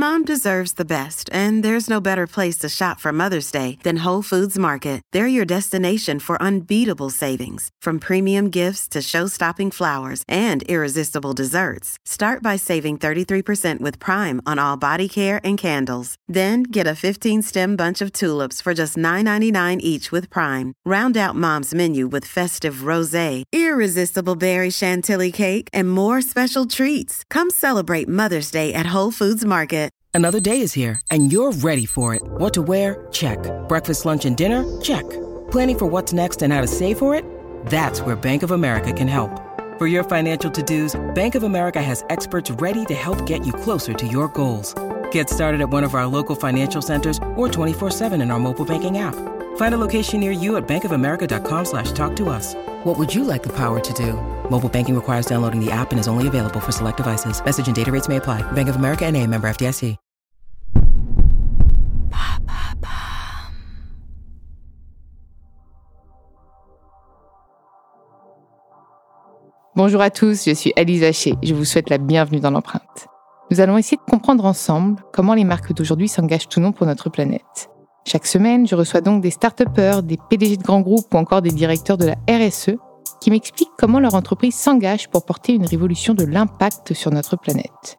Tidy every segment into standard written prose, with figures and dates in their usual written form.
Mom deserves the best, and there's no better place to shop for Mother's Day than Whole Foods Market. They're your destination for unbeatable savings, from premium gifts to show-stopping flowers and irresistible desserts. Start by saving 33% with Prime on all body care and candles. Then get a 15-stem bunch of tulips for just $9.99 each with Prime. Round out Mom's menu with festive rosé, irresistible berry chantilly cake, and more special treats. Come celebrate Mother's Day at Whole Foods Market. Another day is here, and you're ready for it. What to wear? Check. Breakfast, lunch, and dinner? Check. Planning for what's next and how to save for it? That's where Bank of America can help. For your financial to-dos, Bank of America has experts ready to help get you closer to your goals. Get started at one of our local financial centers or 24/7 in our mobile banking app. Find a location near you at bankofamerica.com/talktous. What would you like the power to do? Mobile banking requires downloading the app and is only available for select devices. Message and data rates may apply. Bank of America N.A., member FDIC. Bonjour à tous, je suis Alice Haché. Je vous souhaite la bienvenue dans l'empreinte. Nous allons essayer de comprendre ensemble comment les marques d'aujourd'hui s'engagent ou non pour notre planète. Chaque semaine, je reçois donc des start-upers, des PDG de grands groupes ou encore des directeurs de la RSE qui m'expliquent comment leur entreprise s'engage pour porter une révolution de l'impact sur notre planète.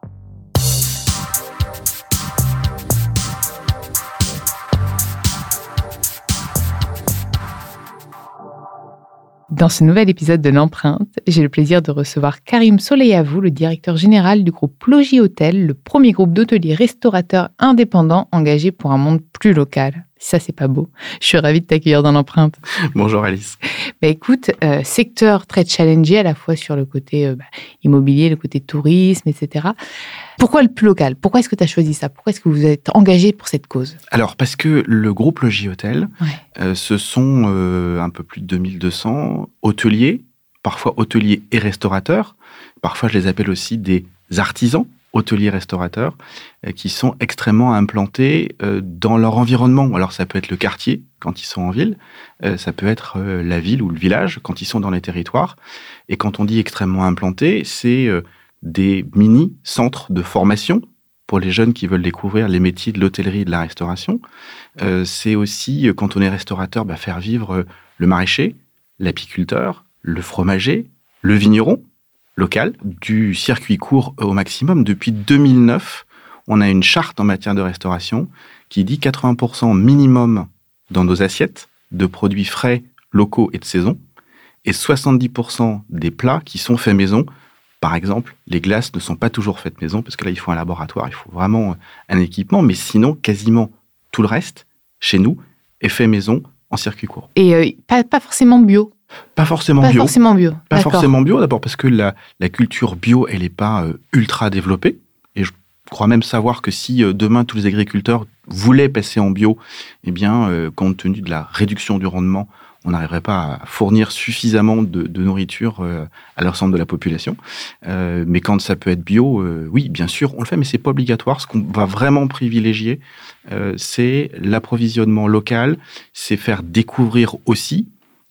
Dans ce nouvel épisode de l'Empreinte, j'ai le plaisir de recevoir Karim Soleillavou, le directeur général du groupe Logis Hôtel, le premier groupe d'hôteliers restaurateurs indépendants engagés pour un monde plus local. Ça, c'est pas beau. Je suis ravie de t'accueillir dans l'Empreinte. Bonjour Alice. Écoute, secteur très challengé à la fois sur le côté immobilier, le côté tourisme, etc. Pourquoi le plus local ? Pourquoi est-ce que tu as choisi ça ? Pourquoi est-ce que vous êtes engagé pour cette cause ? Alors, parce que le groupe Logis Hôtel, ce sont un peu plus de 2200 hôteliers, parfois hôteliers et restaurateurs. Parfois, je les appelle aussi des artisans hôteliers-restaurateurs qui sont extrêmement implantés dans leur environnement. Alors, ça peut être le quartier quand ils sont en ville, ça peut être la ville ou le village quand ils sont dans les territoires. Et quand on dit extrêmement implantés, c'est des mini-centres de formation pour les jeunes qui veulent découvrir les métiers de l'hôtellerie et de la restauration. C'est aussi, quand on est restaurateur, faire vivre le maraîcher, l'apiculteur, le fromager, le vigneron local, du circuit court au maximum. Depuis 2009, on a une charte en matière de restauration qui dit 80% minimum dans nos assiettes de produits frais, locaux et de saison, et 70% des plats qui sont faits maison. Par exemple, les glaces ne sont pas toujours faites maison, parce que là, il faut un laboratoire, il faut vraiment un équipement, mais sinon, quasiment tout le reste, chez nous, est fait maison en circuit court. Et pas forcément bio ? Pas forcément bio. Pas forcément bio, d'abord parce que la culture bio, elle n'est pas ultra développée. Et je crois même savoir que si demain, tous les agriculteurs voulaient passer en bio, eh bien, compte tenu de la réduction du rendement, on n'arriverait pas à fournir suffisamment de nourriture à l'ensemble de la population. Mais quand ça peut être bio, oui, bien sûr, on le fait, mais c'est pas obligatoire. Ce qu'on va vraiment privilégier, c'est l'approvisionnement local, c'est faire découvrir aussi,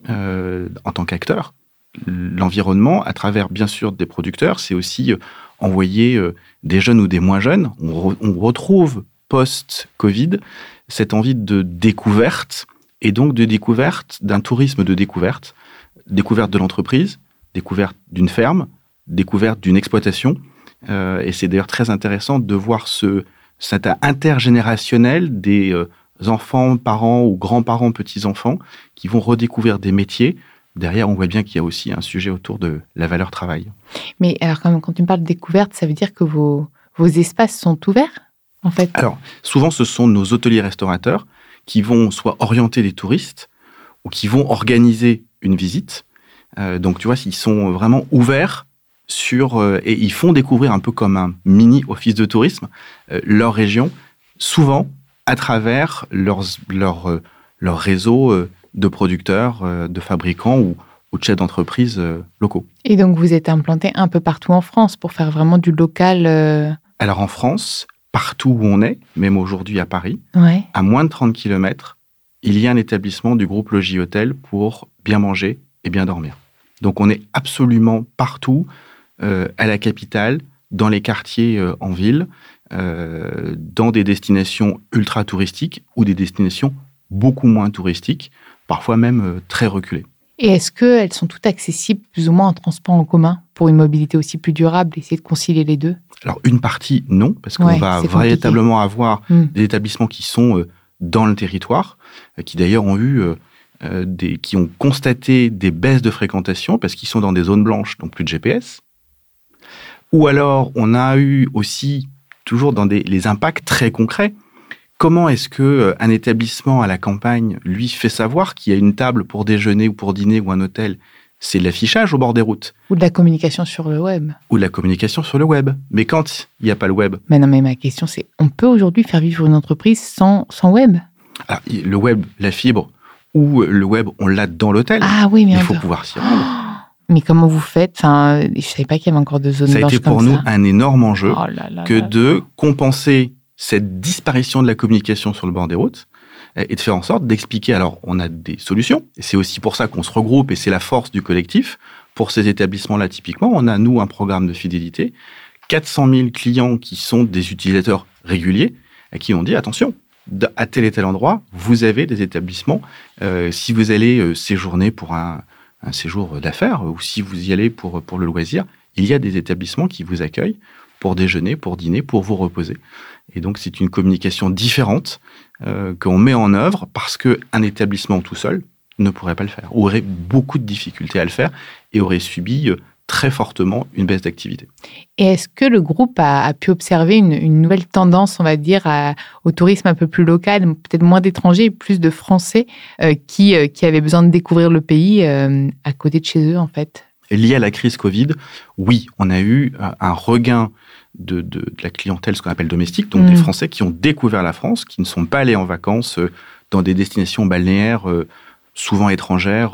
en tant qu'acteur, l'environnement à travers, bien sûr, des producteurs. C'est aussi envoyer des jeunes ou des moins jeunes. On retrouve, post-Covid, cette envie de découverte, et donc de découverte, d'un tourisme de découverte de l'entreprise, découverte d'une ferme, découverte d'une exploitation. Et c'est d'ailleurs très intéressant de voir cet intergénérationnel des enfants, parents ou grands-parents, petits-enfants qui vont redécouvrir des métiers. Derrière, on voit bien qu'il y a aussi un sujet autour de la valeur travail. Mais alors, quand tu me parles de découverte, ça veut dire que vos espaces sont ouverts, en fait ? Alors, souvent, ce sont nos hôteliers-restaurateurs qui vont soit orienter les touristes ou qui vont organiser une visite. Donc, tu vois, ils sont vraiment ouverts et ils font découvrir un peu comme un mini office de tourisme leur région, souvent à travers leur réseau de producteurs, de fabricants ou de chefs d'entreprise locaux. Et donc, vous êtes implanté un peu partout en France pour faire vraiment du local Alors, en France, partout où on est, même aujourd'hui à Paris, à moins de 30 km, il y a un établissement du groupe Logis Hôtel pour bien manger et bien dormir. Donc, on est absolument partout, à la capitale, dans les quartiers en ville. dans des destinations ultra touristiques ou des destinations beaucoup moins touristiques, parfois même très reculées. Et est-ce qu'elles sont toutes accessibles plus ou moins en transport en commun pour une mobilité aussi plus durable, essayer de concilier les deux? Alors une partie non, parce qu'on va véritablement avoir des établissements qui sont dans le territoire, qui d'ailleurs ont eu qui ont constaté des baisses de fréquentation parce qu'ils sont dans des zones blanches, donc plus de GPS. Ou alors on a eu aussi toujours dans les impacts très concrets. Comment est-ce qu'un établissement à la campagne, lui, fait savoir qu'il y a une table pour déjeuner ou pour dîner ou un hôtel? C'est de l'affichage au bord des routes. Ou de la communication sur le web. Ou de la communication sur le web. Mais quand il n'y a pas le web... Mais non, mais ma question, c'est, on peut aujourd'hui faire vivre une entreprise sans web? Alors, le web, la fibre, ou le web, on l'a dans l'hôtel. Ah oui, mais il faut pouvoir s'y rendre. Mais comment vous faites? Enfin, je ne savais pas qu'il y avait encore de zones blanches comme ça. Ça a été pour nous un énorme enjeu de compenser cette disparition de la communication sur le bord des routes et de faire en sorte d'expliquer. Alors, on a des solutions, et c'est aussi pour ça qu'on se regroupe, et c'est la force du collectif. Pour ces établissements-là, typiquement, on a, nous, un programme de fidélité, 400 000 clients qui sont des utilisateurs réguliers, à qui on dit, attention, à tel et tel endroit, vous avez des établissements. Si vous allez séjourner pour un séjour d'affaires, ou si vous y allez pour le loisir, il y a des établissements qui vous accueillent pour déjeuner, pour dîner, pour vous reposer. Et donc, c'est une communication différente qu'on met en œuvre parce qu'un établissement tout seul ne pourrait pas le faire, ou aurait beaucoup de difficultés à le faire et aurait subi très fortement une baisse d'activité. Et est-ce que le groupe a pu observer une nouvelle tendance, on va dire, au tourisme un peu plus local, peut-être moins d'étrangers et plus de Français qui avaient besoin de découvrir le pays à côté de chez eux, en fait? Lié à la crise Covid, oui, on a eu un regain de la clientèle, ce qu'on appelle domestique, donc des Français qui ont découvert la France, qui ne sont pas allés en vacances dans des destinations balnéaires souvent étrangères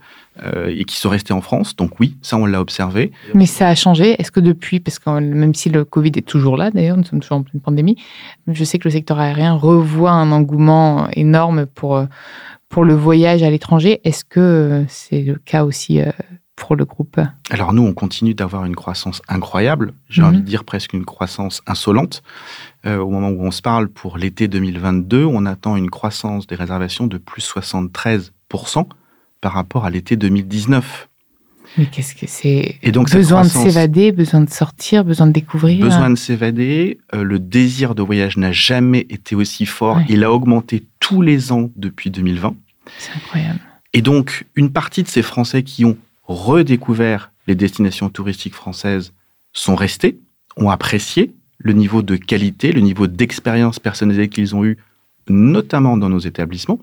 et qui sont restés en France. Donc oui, ça on l'a observé. Mais ça a changé. Est-ce que depuis, parce que même si le Covid est toujours là d'ailleurs, nous sommes toujours en pleine pandémie, je sais que le secteur aérien revoit un engouement énorme pour le voyage à l'étranger. Est-ce que c'est le cas aussi pour le groupe? Alors nous, on continue d'avoir une croissance incroyable, j'ai envie de dire presque une croissance insolente. Au moment où on se parle, pour l'été 2022, on attend une croissance des réservations de plus 73% par rapport à l'été 2019. Mais qu'est-ce que c'est? Et donc, besoin de s'évader, besoin de sortir, besoin de découvrir. Besoin de s'évader. Le désir de voyage n'a jamais été aussi fort. Ouais. Il a augmenté tous les ans depuis 2020. C'est incroyable. Et donc, une partie de ces Français qui ont redécouvert les destinations touristiques françaises sont restés, ont apprécié le niveau de qualité, le niveau d'expérience personnalisée qu'ils ont eu, notamment dans nos établissements.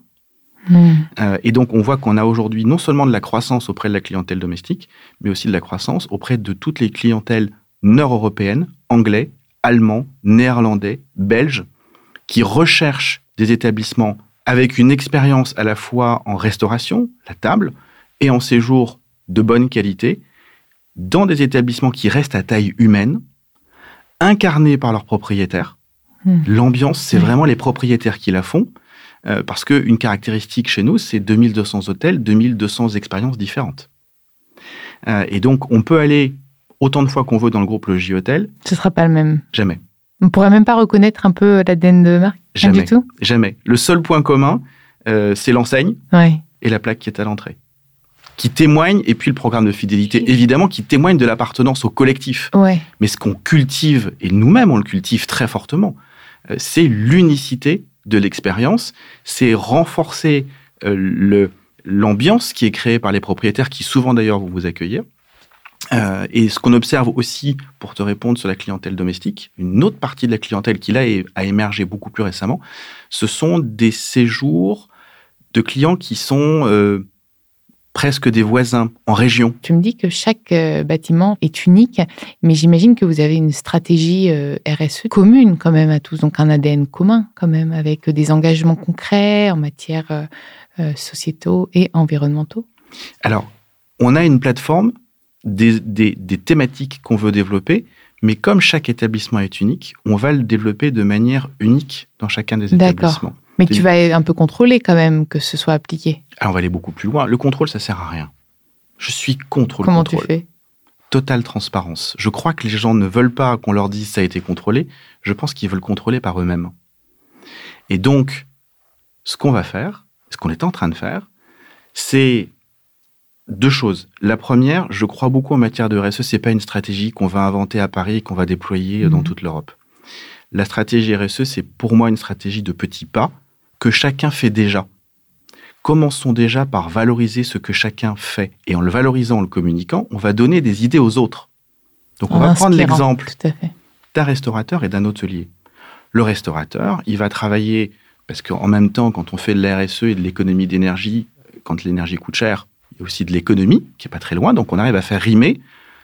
Et donc, on voit qu'on a aujourd'hui non seulement de la croissance auprès de la clientèle domestique, mais aussi de la croissance auprès de toutes les clientèles nord-européennes, anglais, allemands, néerlandais, belges, qui recherchent des établissements avec une expérience à la fois en restauration, la table, et en séjour de bonne qualité, dans des établissements qui restent à taille humaine, incarnés par leurs propriétaires. L'ambiance, c'est vraiment les propriétaires qui la font, parce qu'une caractéristique chez nous, c'est 2200 hôtels, 2200 expériences différentes. Et donc, on peut aller autant de fois qu'on veut dans le groupe Logis Hôtel. Ce ne sera pas le même. Jamais. On ne pourrait même pas reconnaître un peu l'ADN de marque? Jamais. Du tout? Jamais. Le seul point commun, c'est l'enseigne et la plaque qui est à l'entrée, qui témoigne, et puis le programme de fidélité, évidemment, qui témoigne de l'appartenance au collectif. Mais ce qu'on cultive, et nous-mêmes on le cultive très fortement, c'est l'unicité de l'expérience, c'est renforcer l'ambiance qui est créée par les propriétaires, qui souvent d'ailleurs vont vous accueillir. Et ce qu'on observe aussi, pour te répondre sur la clientèle domestique, une autre partie de la clientèle qui là a émergé beaucoup plus récemment, ce sont des séjours de clients qui sont presque des voisins en région. Tu me dis que chaque bâtiment est unique, mais j'imagine que vous avez une stratégie RSE commune quand même à tous, donc un ADN commun quand même, avec des engagements concrets en matière sociétaux et environnementaux. Alors, on a une plateforme, des thématiques qu'on veut développer, mais comme chaque établissement est unique, on va le développer de manière unique dans chacun des établissements. Mais tu vas un peu contrôler quand même que ce soit appliqué. Alors on va aller beaucoup plus loin. Le contrôle, ça sert à rien. Je suis contre le contrôle. Comment tu fais? totale transparence. Je crois que les gens ne veulent pas qu'on leur dise ça a été contrôlé. Je pense qu'ils veulent contrôler par eux-mêmes. Et donc, ce qu'on va faire, ce qu'on est en train de faire, c'est 2 choses. La première, je crois beaucoup en matière de RSE, c'est pas une stratégie qu'on va inventer à Paris et qu'on va déployer dans toute l'Europe. La stratégie RSE, c'est pour moi une stratégie de petits pas que chacun fait déjà. Commençons déjà par valoriser ce que chacun fait. Et en le valorisant, en le communiquant, on va donner des idées aux autres. Donc on va prendre l'exemple d'un restaurateur et d'un hôtelier. Le restaurateur, il va travailler, parce qu'en même temps, quand on fait de la RSE et de l'économie d'énergie, quand l'énergie coûte cher, il y a aussi de l'économie, qui n'est pas très loin, donc on arrive à faire rimer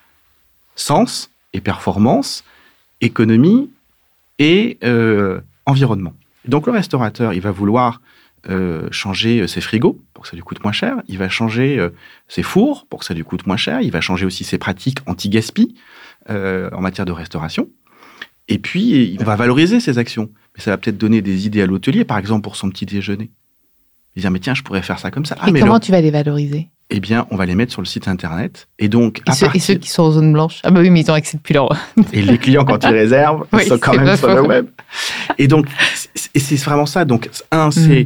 sens et performance, économie et environnement. Donc le restaurateur, il va vouloir changer ses frigos pour que ça lui coûte moins cher, il va changer ses fours pour que ça lui coûte moins cher, il va changer aussi ses pratiques anti-gaspi en matière de restauration, et puis il va valoriser ses actions. Mais ça va peut-être donner des idées à l'hôtelier, par exemple pour son petit déjeuner. Il va dire, mais tiens, je pourrais faire ça comme ça. Et comment tu vas les valoriser ? Eh bien, on va les mettre sur le site internet. Et donc, et ceux qui sont en zone blanche ? Ah bah oui, mais ils ont accès depuis lors. Et les clients, quand ils réservent, ils sont quand même sur le web. Et donc, c'est vraiment ça. Donc, c'est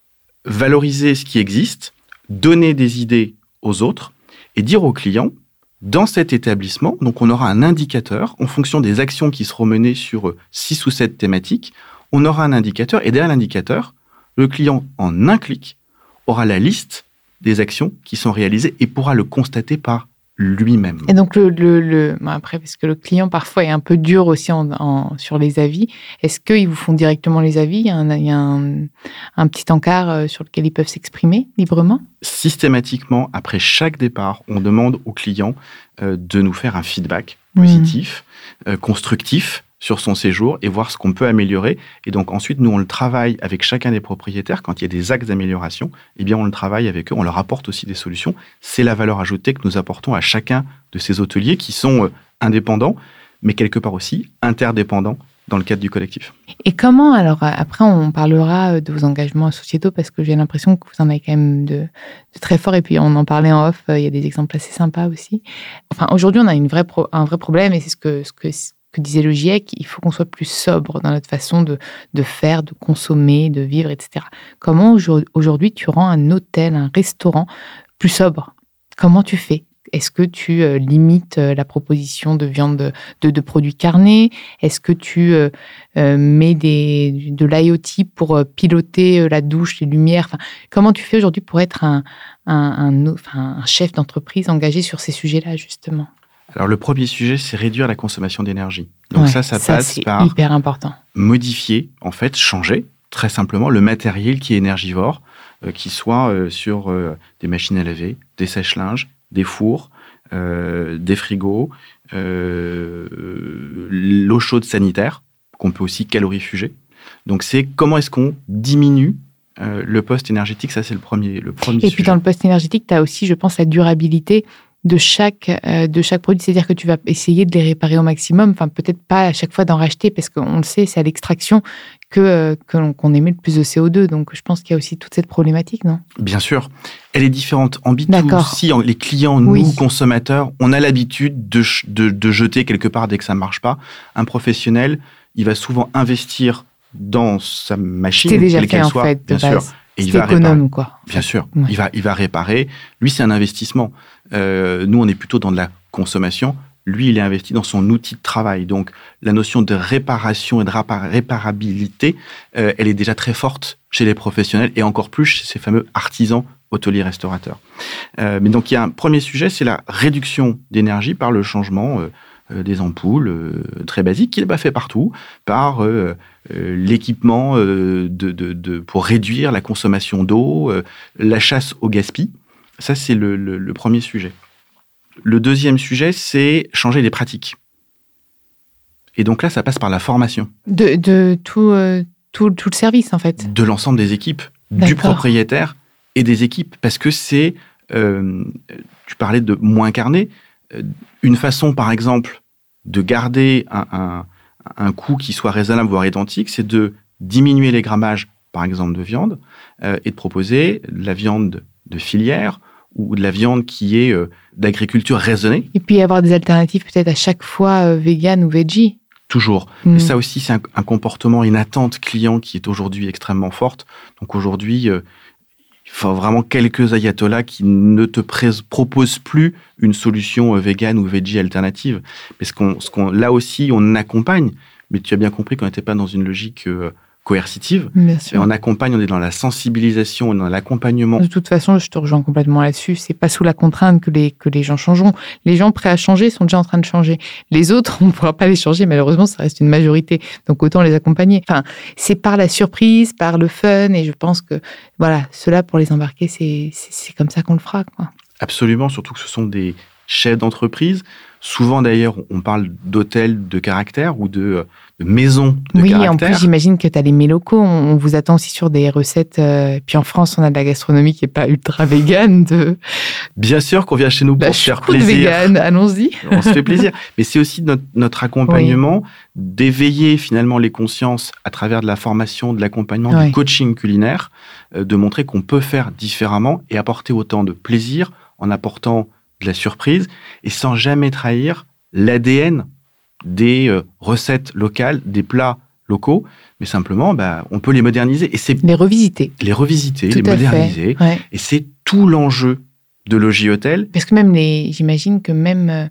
valoriser ce qui existe, donner des idées aux autres et dire aux clients, dans cet établissement, donc on aura un indicateur en fonction des actions qui seront menées sur 6 ou 7 thématiques. On aura un indicateur et derrière l'indicateur, le client, en un clic, aura la liste des actions qui sont réalisées et pourra le constater par lui-même. Et donc, après, parce que le client, parfois, est un peu dur aussi sur les avis, est-ce qu'ils vous font directement les avis ? Il y a un petit encart sur lequel ils peuvent s'exprimer librement ? Systématiquement, après chaque départ, on demande au client de nous faire un feedback positif, constructif, sur son séjour et voir ce qu'on peut améliorer. Et donc ensuite, nous, on le travaille avec chacun des propriétaires. Quand il y a des axes d'amélioration, eh bien, on le travaille avec eux. On leur apporte aussi des solutions. C'est la valeur ajoutée que nous apportons à chacun de ces hôteliers qui sont indépendants, mais quelque part aussi interdépendants dans le cadre du collectif. Et comment, alors, après, on parlera de vos engagements sociétaux parce que j'ai l'impression que vous en avez quand même de très forts. Et puis, on en parlait en off, il y a des exemples assez sympas aussi. Enfin, aujourd'hui, on a un vrai problème et c'est ce que disait le GIEC, il faut qu'on soit plus sobre dans notre façon de faire, de consommer, de vivre, etc. Comment aujourd'hui tu rends un hôtel, un restaurant plus sobre ? Comment tu fais ? Est-ce que tu limites la proposition de viande de produits carnés ? Est-ce que tu mets de l'IoT pour piloter la douche, les lumières ? Enfin, comment tu fais aujourd'hui pour être un chef d'entreprise engagé sur ces sujets-là, justement ? Alors, le premier sujet, c'est réduire la consommation d'énergie. Donc ça passe par hyper important. Modifier, en fait, changer, très simplement, le matériel qui est énergivore, qui soit sur des machines à laver, des sèche-linges, des fours, des frigos, l'eau chaude sanitaire, qu'on peut aussi calorifuger. Donc, c'est comment est-ce qu'on diminue le poste énergétique. Ça, c'est le premier sujet. Et puis, dans le poste énergétique, tu as aussi, je pense, la durabilité de chaque produit, c'est-à-dire que tu vas essayer de les réparer au maximum, enfin peut-être pas à chaque fois d'en racheter, parce qu'on le sait, c'est à l'extraction qu'on émet le plus de CO2, donc je pense qu'il y a aussi toute cette problématique, non ? Bien sûr, elle est différente. En B2C, les clients, nous, consommateurs, on a l'habitude de jeter quelque part dès que ça ne marche pas. Un professionnel, il va souvent investir dans sa machine, quelle qu'elle soit, en fait, bien sûr. Et il va économe, quoi. Bien sûr, il va réparer. Lui, c'est un investissement. Nous, on est plutôt dans de la consommation. Lui, il est investi dans son outil de travail. Donc, la notion de réparation et de réparabilité, elle est déjà très forte chez les professionnels et encore plus chez ces fameux artisans hôteliers restaurateurs. Mais donc, il y a un premier sujet, c'est la réduction d'énergie par le changement des ampoules très basiques qui n'est pas fait partout, par l'équipement pour réduire la consommation d'eau, la chasse au gaspillage. Ça, c'est le premier sujet. Le deuxième sujet, c'est changer les pratiques. Et donc là, ça passe par la formation. De tout le service, en fait. De l'ensemble des équipes, du propriétaire et des équipes. Parce que c'est, tu parlais de moins carné, une façon, par exemple, de garder un coût qui soit raisonnable, voire identique, c'est de diminuer les grammages, par exemple, de viande, et de proposer de la viande de filière ou de la viande qui est d'agriculture raisonnée. Et puis avoir des alternatives peut-être à chaque fois vegan ou veggie. Toujours. Et ça aussi, c'est un comportement, une attente client qui est aujourd'hui extrêmement forte. Donc aujourd'hui, il faut vraiment quelques ayatollahs qui ne te proposent plus une solution vegan ou veggie alternative. Parce là aussi, on accompagne, mais tu as bien compris qu'on n'était pas dans une logique coercitive. Bien sûr. Et on accompagne, on est dans la sensibilisation, on est dans l'accompagnement. De toute façon, je te rejoins complètement là-dessus. C'est pas sous la contrainte que les gens changeront. Les gens prêts à changer sont déjà en train de changer. Les autres, on ne pourra pas les changer. Malheureusement, ça reste une majorité. Donc, autant les accompagner. Enfin, c'est par la surprise, par le fun. Et je pense que, voilà, cela, pour les embarquer, c'est comme ça qu'on le fera, quoi. Absolument, surtout que ce sont des chefs d'entreprise. Souvent, d'ailleurs, on parle d'hôtels de caractère ou de maisons de caractère. Oui, en plus, j'imagine que tu as les mets locaux. On vous attend aussi sur des recettes. Puis en France, on a de la gastronomie qui n'est pas ultra végane. Bien sûr qu'on vient chez nous pour se faire plaisir. Végane, allons-y. On se fait plaisir. Mais c'est aussi notre accompagnement d'éveiller finalement les consciences à travers de la formation, de l'accompagnement, du coaching culinaire, de montrer qu'on peut faire différemment et apporter autant de plaisir en apportant de la surprise et sans jamais trahir l'ADN des recettes locales, des plats locaux, mais simplement, on peut les moderniser. Et les revisiter. Les revisiter, les moderniser. Ouais. Et c'est tout l'enjeu de Logis Hôtel. Parce que j'imagine que même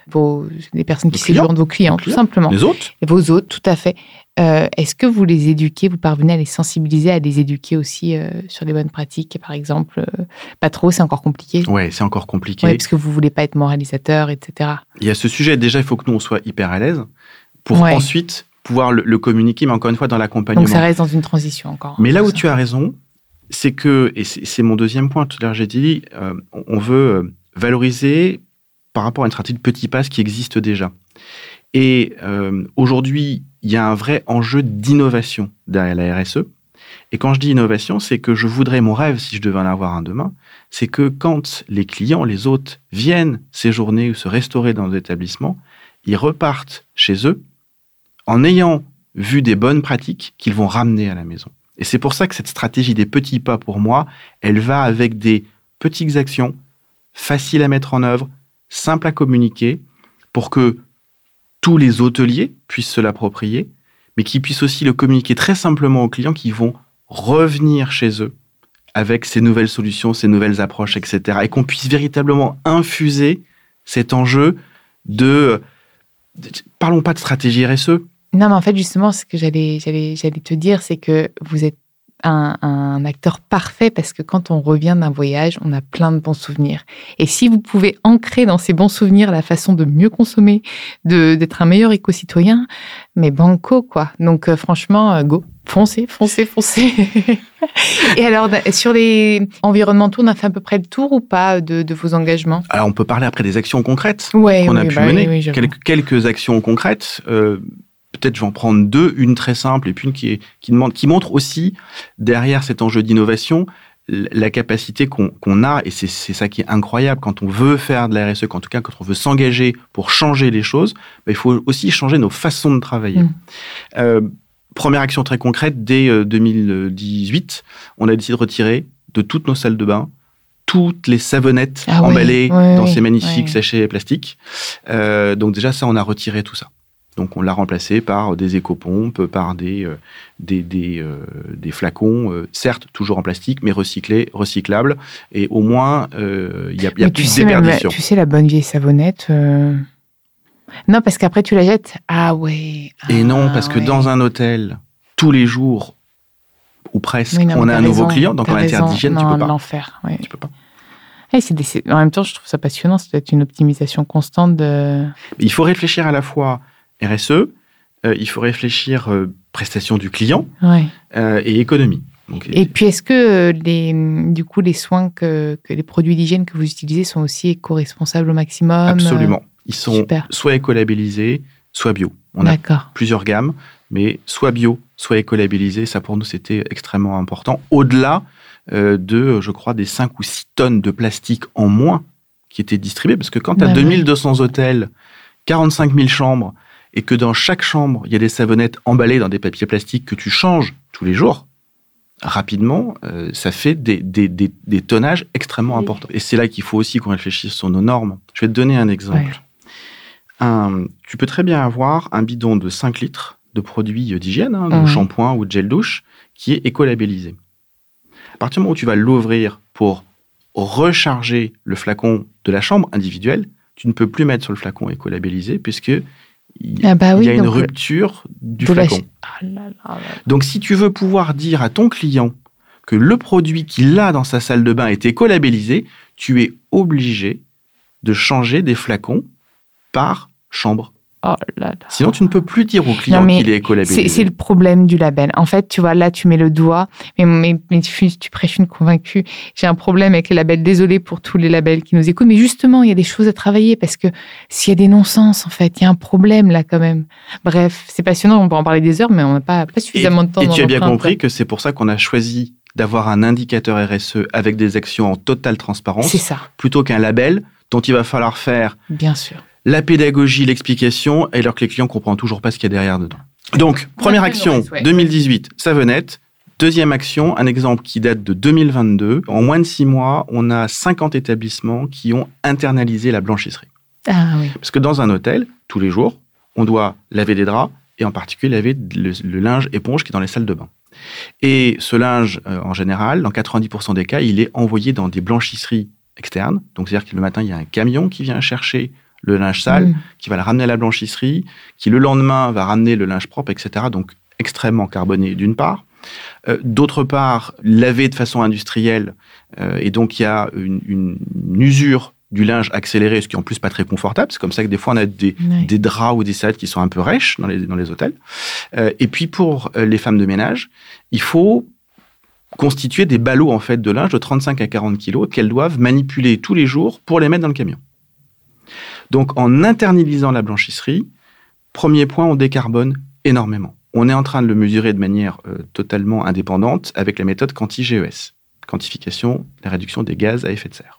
les personnes qui séjournent, vos clients, tout simplement. Les hôtes. Vos hôtes, tout à fait. Est-ce que vous les éduquez, vous parvenez à les sensibiliser, à les éduquer aussi sur les bonnes pratiques, par exemple Pas trop, c'est encore compliqué. Oui, c'est encore compliqué. Oui, parce que vous ne voulez pas être moralisateur, etc. Il y a ce sujet, déjà, il faut que nous, on soit hyper à l'aise pour ensuite pouvoir le communiquer, mais encore une fois, dans l'accompagnement. Donc ça reste dans une transition encore. Mais là où tu as raison, c'est que, et c'est mon deuxième point, tout à l'heure j'ai dit, on veut valoriser par rapport à une stratégie de petits pas qui existe déjà. Et aujourd'hui, il y a un vrai enjeu d'innovation derrière la RSE. Et quand je dis innovation, c'est que je voudrais, mon rêve, si je devais en avoir un demain, c'est que quand les clients, les hôtes, viennent séjourner ou se restaurer dans nos établissements, ils repartent chez eux en ayant vu des bonnes pratiques qu'ils vont ramener à la maison. Et c'est pour ça que cette stratégie des petits pas, pour moi, elle va avec des petites actions faciles à mettre en œuvre, simples à communiquer, pour que tous les hôteliers puissent se l'approprier, mais qui puissent aussi le communiquer très simplement aux clients qui vont revenir chez eux avec ces nouvelles solutions, ces nouvelles approches, etc. Et qu'on puisse véritablement infuser cet enjeu parlons pas de stratégie RSE. Non, mais en fait, justement, ce que j'allais te dire, c'est que vous êtes un acteur parfait parce que quand on revient d'un voyage, on a plein de bons souvenirs. Et si vous pouvez ancrer dans ces bons souvenirs la façon de mieux consommer, d'être un meilleur éco-citoyen, mais banco, quoi. Donc, franchement, go, foncez. Et alors, sur les environnementaux, on a fait à peu près le tour ou pas de vos engagements ? Alors, on peut parler après des actions concrètes qu'on a pu mener. Oui, quelques actions concrètes. Peut-être je vais en prendre deux, une très simple et puis une qui montre aussi, derrière cet enjeu d'innovation, la capacité qu'on a, et c'est ça qui est incroyable, quand on veut faire de la RSE, en tout cas quand on veut s'engager pour changer les choses, il faut aussi changer nos façons de travailler. Première action très concrète, dès 2018, on a décidé de retirer de toutes nos salles de bain toutes les savonnettes emballées dans ces magnifiques sachets plastiques. Donc déjà, ça, on a retiré tout ça. Donc, on l'a remplacé par des écopompes, par des flacons, certes, toujours en plastique, mais recyclables. Et au moins, il y a plus de déperdition. Tu sais, la bonne vieille savonnette... Non, parce qu'après, tu la jettes. Ah ouais. Et non, parce que dans un hôtel, tous les jours, ou presque, on a un nouveau client. Donc, en matière d'hygiène, tu peux pas. L'enfer, ouais. Tu peux pas. En même temps, je trouve ça passionnant. C'est peut-être une optimisation constante de... Il faut réfléchir à la fois RSE, il faut réfléchir prestation du client et économie. Donc, et puis, est-ce que les soins les produits d'hygiène que vous utilisez sont aussi éco-responsables au maximum ? Absolument. Ils sont soit écolabellisés, soit bio. On a plusieurs gammes, mais soit bio, soit écolabellisés. Ça, pour nous, c'était extrêmement important. Au-delà je crois, des 5 ou 6 tonnes de plastique en moins qui étaient distribuées. Parce que quand tu as 2200 hôtels, 45 000 chambres, et que dans chaque chambre, il y a des savonnettes emballées dans des papiers plastiques que tu changes tous les jours, rapidement, ça fait des tonnages extrêmement importants. Et c'est là qu'il faut aussi qu'on réfléchisse sur nos normes. Je vais te donner un exemple. Tu peux très bien avoir un bidon de 5 litres de produits d'hygiène, de shampoing ou de gel douche, qui est écolabellisé. À partir du moment où tu vas l'ouvrir pour recharger le flacon de la chambre individuelle, tu ne peux plus mettre sur le flacon écolabellisé puisque il y a une rupture du flacon. Donc, si tu veux pouvoir dire à ton client que le produit qu'il a dans sa salle de bain est écolabellisé, tu es obligé de changer des flacons par chambre. Sinon, tu ne peux plus dire au client qu'il est écolabellisé. C'est le problème du label. En fait, tu vois, là, tu mets le doigt, mais tu prêches une convaincue. J'ai un problème avec les labels. Désolée pour tous les labels qui nous écoutent, mais justement, il y a des choses à travailler parce que s'il y a des non-sens, en fait, il y a un problème là quand même. Bref, c'est passionnant, on peut en parler des heures, mais on n'a pas suffisamment de temps. Et tu as bien compris que c'est pour ça qu'on a choisi d'avoir un indicateur RSE avec des actions en totale transparence. C'est ça. Plutôt qu'un label dont il va falloir faire... Bien sûr. La pédagogie, l'explication, alors que les clients ne comprennent toujours pas ce qu'il y a derrière dedans. Donc, première action, 2018, savonnette. Deuxième action, un exemple qui date de 2022. En moins de 6 mois, on a 50 établissements qui ont internalisé la blanchisserie. Parce que dans un hôtel, tous les jours, on doit laver des draps et en particulier laver le linge éponge qui est dans les salles de bain. Et ce linge, en général, dans 90% des cas, il est envoyé dans des blanchisseries externes. Donc, c'est-à-dire que le matin, il y a un camion qui vient chercher le linge sale, qui va le ramener à la blanchisserie, qui le lendemain va ramener le linge propre, etc. Donc extrêmement carboné d'une part. D'autre part, lavé de façon industrielle, et donc il y a une usure du linge accéléré, ce qui est en plus pas très confortable. C'est comme ça que des fois on a des draps ou des salles qui sont un peu rêches dans les hôtels. Et puis pour les femmes de ménage, il faut constituer des ballots en fait de linge de 35 à 40 kilos qu'elles doivent manipuler tous les jours pour les mettre dans le camion. Donc, en internalisant la blanchisserie, premier point, on décarbone énormément. On est en train de le mesurer de manière totalement indépendante avec la méthode quanti-GES, quantification, la réduction des gaz à effet de serre.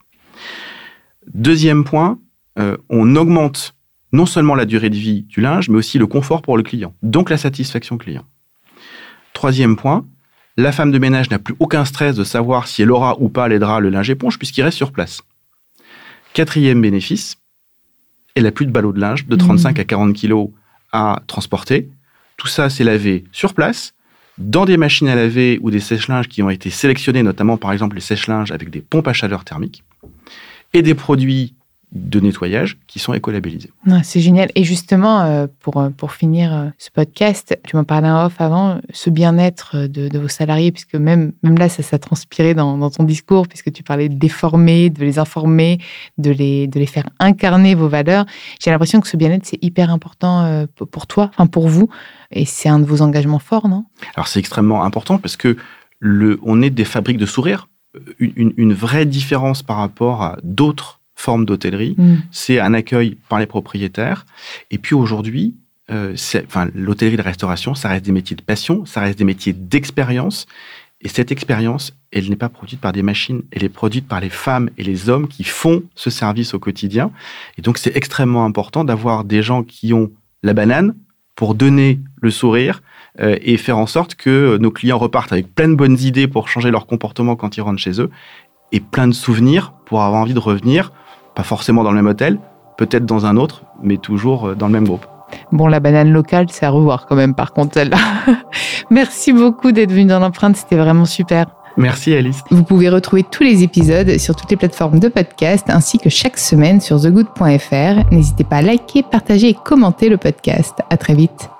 Deuxième point, on augmente non seulement la durée de vie du linge, mais aussi le confort pour le client, donc la satisfaction client. Troisième point, la femme de ménage n'a plus aucun stress de savoir si elle aura ou pas les draps, le linge éponge, puisqu'il reste sur place. Quatrième bénéfice, elle n'a plus de ballots de linge de 35 à 40 kilos à transporter. Tout ça, c'est lavé sur place, dans des machines à laver ou des sèche-linges qui ont été sélectionnés, notamment par exemple les sèche-linges avec des pompes à chaleur thermique, et des produits de nettoyage qui sont écolabellisés. C'est génial. Et justement, pour finir ce podcast, tu m'en parlais en off avant, ce bien-être de vos salariés, puisque même là, ça transpirait dans ton discours, puisque tu parlais de les former, de les informer, de les faire incarner vos valeurs. J'ai l'impression que ce bien-être, c'est hyper important pour toi, enfin pour vous, et c'est un de vos engagements forts, non ? Alors, c'est extrêmement important parce que on est des fabriques de sourires. Une vraie différence par rapport à d'autres forme d'hôtellerie, c'est un accueil par les propriétaires. Et puis aujourd'hui, l'hôtellerie et la restauration, ça reste des métiers de passion, ça reste des métiers d'expérience. Et cette expérience, elle n'est pas produite par des machines, elle est produite par les femmes et les hommes qui font ce service au quotidien. Et donc, c'est extrêmement important d'avoir des gens qui ont la banane pour donner le sourire et faire en sorte que nos clients repartent avec plein de bonnes idées pour changer leur comportement quand ils rentrent chez eux et plein de souvenirs pour avoir envie de revenir. Pas forcément dans le même hôtel, peut-être dans un autre, mais toujours dans le même groupe. Bon, la banane locale, c'est à revoir quand même, par contre, celle-là. Merci beaucoup d'être venu dans l'empreinte, c'était vraiment super. Merci Alice. Vous pouvez retrouver tous les épisodes sur toutes les plateformes de podcast, ainsi que chaque semaine sur thegood.fr. N'hésitez pas à liker, partager et commenter le podcast. À très vite.